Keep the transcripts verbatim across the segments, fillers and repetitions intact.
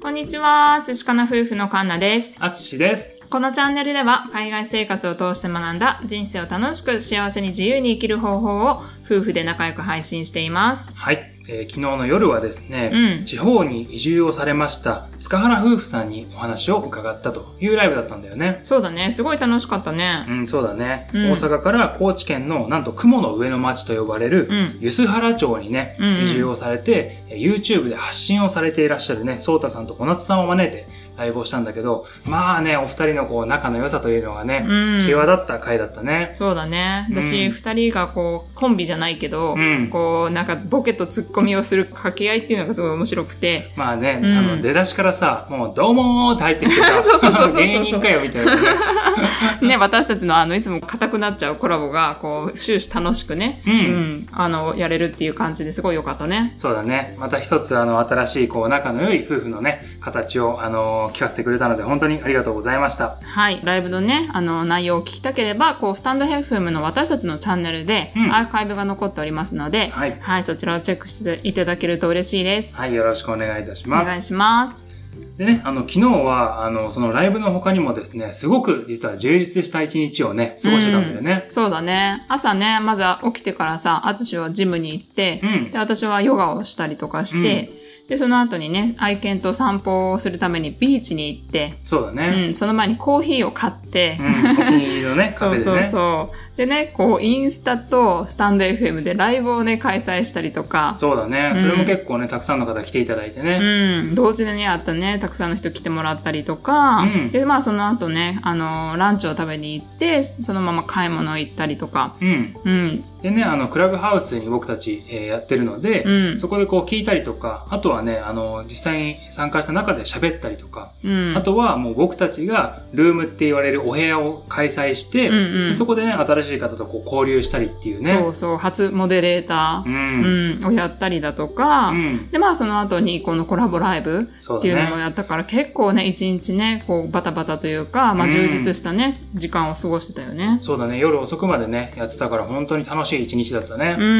こんにちは、寿司かな夫婦のカンナです。 あつしです。 このチャンネルでは海外生活を通して学んだ人生を楽しく幸せに自由に生きる方法を夫婦で仲良く配信しています。 はい。えー、昨日の夜はですね、 うん、 地方に移住をされました塚原夫婦さんにお話を伺ったというライブだったんだよね。 そうだね。すごい楽しかったね。 うん、そうだね。 うん、 大阪から高知県のなんと雲の上の町と呼ばれる梼原町にね、うん、移住をされて、うんうん、YouTube で発信をされていらっしゃるね、そうたさんと小夏さんを招いてライブをしたんだけど、まあね、お二人のこう仲の良さというのがね、うん、際立った回だったね。 そうだね。私、二、うん、人がこうコンビじゃないけど、うん、こうなんかボケとツッコミをする掛け合いっていうのがすごい面白くて。 まあね、うん、あの出だしからさ、もうどうもーって入ってきてさ、 そうそうそうそう芸人かよみたいなね。 ね、私たちのあのいつも硬くなっちゃうコラボがこう終始楽しくね、うん、うん、あのやれるっていう感じですごい良かったね。 そうだね。また一つあの新しいこう仲の良い夫婦のね形をあの聞かせてくれたので本当にありがとうございました。 はい、ライブのねあの内容を聞きたければこうスタンド エフエム の私たちのチャンネルでアーカイブが残っておりますので、うん、はい、はい、そちらをチェックしていただけると嬉しいです。 はい、よろしくお願いいたします。 お願いします。 でね、あの、昨日は、あの、そのライブの他にもですね、すごく実は充実した一日をね、過ごしてたんだよね。 うん、そうだね。朝ね、まずは起きてからさ、あつしはジムに行って、うん、で、私はヨガをしたりとかして、うんで、その後にね、愛犬と散歩をするためにビーチに行って、 そうだね。 うん、その前にコーヒーを買って、 うん、お気に入りのね、カフェでね。 そうそうそう。でね、こう、インスタとスタンド エフエム でライブをね、開催したりとか。 そうだね。それも結構ね、たくさんの方来ていただいてね。 うん。同時でね、あったね、たくさんの人来てもらったりとか、うん、で、まあその後ね、あの、ランチを食べに行って、そのまま買い物行ったりとか。 うん。うん。でね、あの、クラブハウスに僕たち、えー、やってるので、うん、そこでこう聞いたりとか、あとはね、あの、実際に参加した中で喋ったりとか、うん、あとはもう僕たちがルームって言われるお部屋を開催して、うんうん、そこでね、新しい方とこう交流したりっていうね。 そうそう、初モデレーター、うんうん、をやったりだとか、うん、で、まあその後にこのコラボライブっていうのもやったから、ね、結構ね、一日ね、こうバタバタというか、まあ充実したね、うん、時間を過ごしてたよね。 そうだね、夜遅くまでね、やってたから本当に楽しい一日だったね。 うん。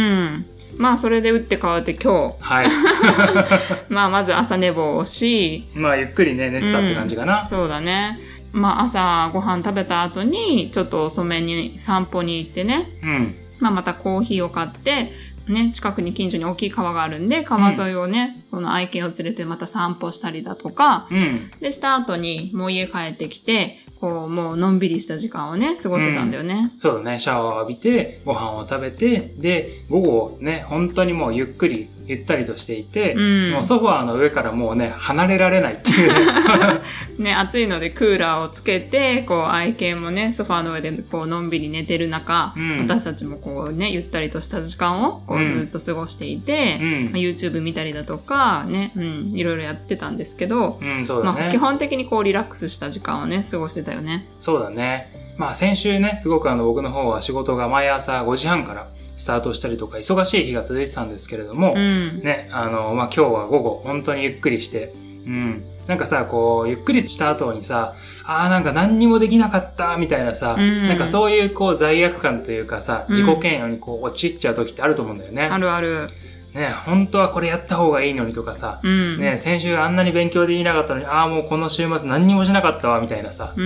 まあそれで打って変わって今日。 はい。 まあまず朝寝坊をし。 まあゆっくりね、寝てたって感じかな。 うん、そうだね。まあ朝ご飯食べた後にちょっと遅めに散歩に行ってね。うん。まあまたコーヒーを買って、ね、近くに近所に大きい川があるんで、川沿いをね、うん、この愛犬を連れてまた散歩したりだとか、うん、で、した後にもう家帰ってきて、こう、もうのんびりした時間をね、過ごしてたんだよね。 うん、そうだね。シャワーを浴びて、ご飯を食べて、で、午後ね、本当にもうゆっくり、ゆったりとしていて、うん、もうソファーの上からもうね、離れられないっていうね。 ね、暑いのでクーラーをつけて、こう、愛犬もね、ソファーの上でこう、のんびり寝てる中、うん、私たちもこうね、ゆったりとした時間をこう、ずっと過ごしていて、うんまあ、YouTube 見たりだとか、ね、うん、いろいろやってたんですけど、 うん、そうだね。 まあ、基本的にこう、リラックスした時間をね、過ごしてたよね。 そうだね。まあ先週ね、すごくあの僕の方は仕事が毎朝ごじはんからスタートしたりとか忙しい日が続いてたんですけれども、うん、ね、あの、まあ今日は午後本当にゆっくりして、うん。なんかさ、こう、ゆっくりした後にさ、ああ、なんか何にもできなかったみたいなさ、うん、なんかそういうこう罪悪感というかさ、自己嫌悪にこう陥っちゃう時ってあると思うんだよね。 あるある。 ね、本当はこれやった方がいいのにとかさ、うん、ね、先週あんなに勉強できなかったのに、ああ、もうこの週末何にもしなかったわ、みたいなさ、うん、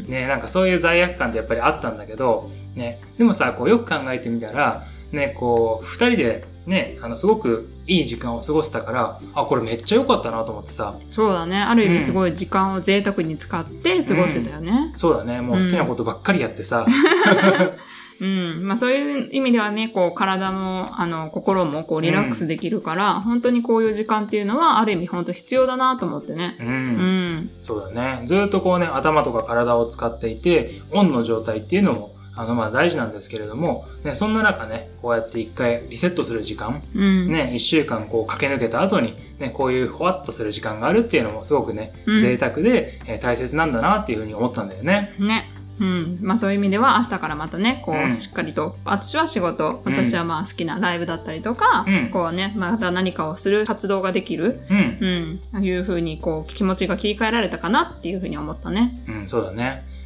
ね、なんかそういう罪悪感ってやっぱりあったんだけど、ね、でもさ、こうよく考えてみたら、ね、こう、二人でね、あの、すごくいい時間を過ごせたから、あ、これめっちゃ良かったなと思ってさ。 そうだね。ある意味すごい時間を贅沢に使って過ごしてたよね。 うん、そうだね。もう好きなことばっかりやってさ。 うん。まあそういう意味ではね、こう体も、あの、心もこうリラックスできるから、うん、本当にこういう時間っていうのはある意味本当必要だなと思ってね。うん。うん。 そうだね。ずっとこうね、頭とか体を使っていて、オンの状態っていうのも、あの、まあ大事なんですけれども、ね、そんな中ね、こうやって一回リセットする時間、うん、ね、一週間こう駆け抜けた後に、ね、こういうほわっとする時間があるっていうのもすごくね、うん、贅沢で、えー、大切なんだなっていうふうに思ったんだよね。 ね。うん。まあそういう意味では明日からまたね、こう、うん、しっかりと、私は仕事、私はまあ好きなライブだったりとか、うん、こうね、また何かをする活動ができる、うん。うん。いうふうにこう、気持ちが切り替えられたかなっていうふうに思ったね。 うん、そうだね。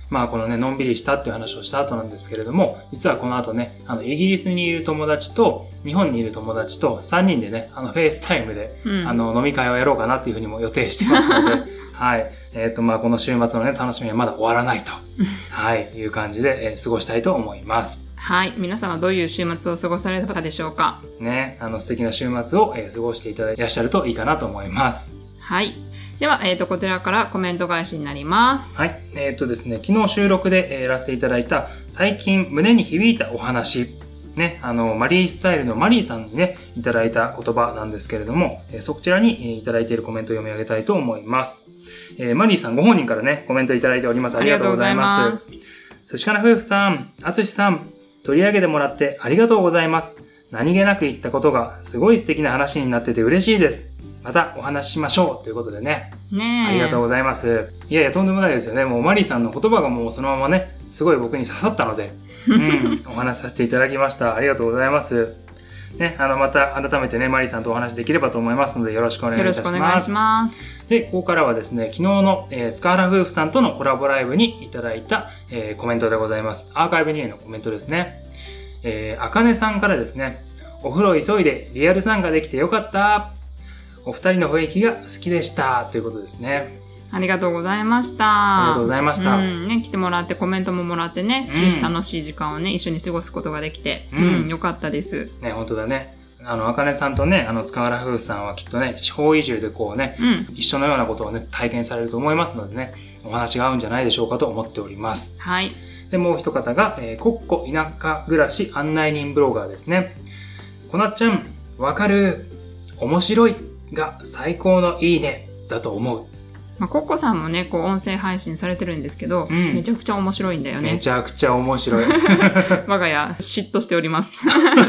まあこのね、のんびりしたっていう話をした後なんですけれども、実はこの後ね、あの、イギリスにいる友達と、日本にいる友達とさんにんでね、あの、フェイスタイムで、うん、あの、飲み会をやろうかなっていうふうにも予定してますので、はい。えっと、まあこの週末のね、楽しみはまだ終わらないと、はい、いう感じで、えー、過ごしたいと思います。 はい。皆さんはどういう週末を過ごされたでしょうか？ ね、あの、素敵な週末を、えー、過ごしていただいていらっしゃるといいかなと思います。 はい。では、えっと、こちらからコメント返しになります。 はい。えっとですね、昨日収録で、えー、やらせていただいた、最近胸に響いたお話、ね、あの、マリースタイルのマリーさんにね、いただいた言葉なんですけれども、えー、そちらに、えー、いただいているコメントを読み上げたいと思います。えー、マリーさんご本人からね、コメントいただいております。ありがとうございます。寿司かな夫婦さん、あつしさん、取り上げてもらってありがとうございます。何気なく言ったことがすごい素敵な話になってて嬉しいです。またお話ししましょうということでね。 ねえ。 ありがとうございます。いやいや、とんでもないですよね。もうマリーさんの言葉がもうそのままね、すごい僕に刺さったので、うん、お話しさせていただきました。ありがとうございます。ね、あの、また改めてね、マリーさんとお話できればと思いますので、よろしくお願いいたします。 よろしくお願いします。 で、ここからはですね、昨日の、えー、塚原夫婦さんとのコラボライブにいただいた、えー、コメントでございます。アーカイブにへのコメントですね。えー、あかねさんからですね、お風呂急いでリアル参加できてよかった。お二人の雰囲気が好きでした。ということですね。 ありがとうございました。 ありがとうございました。 うん、ね、来てもらってコメントももらってね、終始楽しい時間をね、一緒に過ごすことができて、うん、うん、よかったです。 ね、本当だね。あの、あかねさんとね、あの、塚原夫婦さんはきっとね、地方移住でこうね、うん、一緒のようなことをね、体験されると思いますのでね、お話が合うんじゃないでしょうかと思っております。 はい。 で、もう一方が、えー、コッコ田舎暮らし案内人ブロガーですね。こなっちゃん、わかる。面白いが最高のいいね、だと思う。 まあ、コッコさんもね、こう音声配信されてるんですけど、うん、めちゃくちゃ面白いんだよね。 めちゃくちゃ面白い。 我が家、嫉妬しております。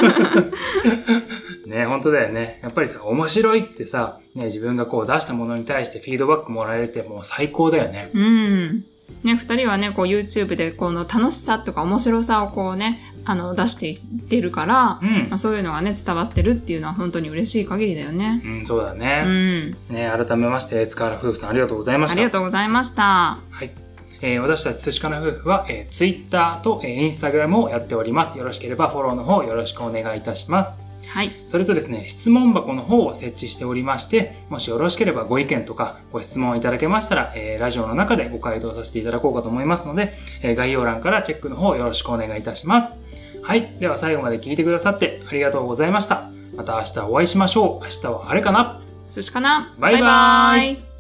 ね、本当だよね。やっぱりさ、面白いってさ、ね、自分がこう出したものに対してフィードバックもらえるってもう最高だよね。 うん。ね、二人はね、こう YouTube でこの楽しさとか面白さをこうね、あの、出していってるから、うん、まあ、そういうのがね、伝わってるっていうのは本当に嬉しい限りだよね。 うん、そうだね。 うん。 ね、改めまして、塚原夫婦さんありがとうございました。 ありがとうございました。 はい。えー、私たち寿司かな夫婦は、えー、Twitter と、えー、Instagram をやっております。よろしければフォローの方よろしくお願いいたします。 はい。 それとですね、質問箱の方を設置しておりまして、もしよろしければご意見とかご質問をいただけましたら、えー、ラジオの中でご回答させていただこうかと思いますので、えー、概要欄からチェックの方よろしくお願いいたします。はい。では最後まで聞いてくださってありがとうございました。また明日お会いしましょう。明日は晴れかな？ 寿司かな？ バイバーイ。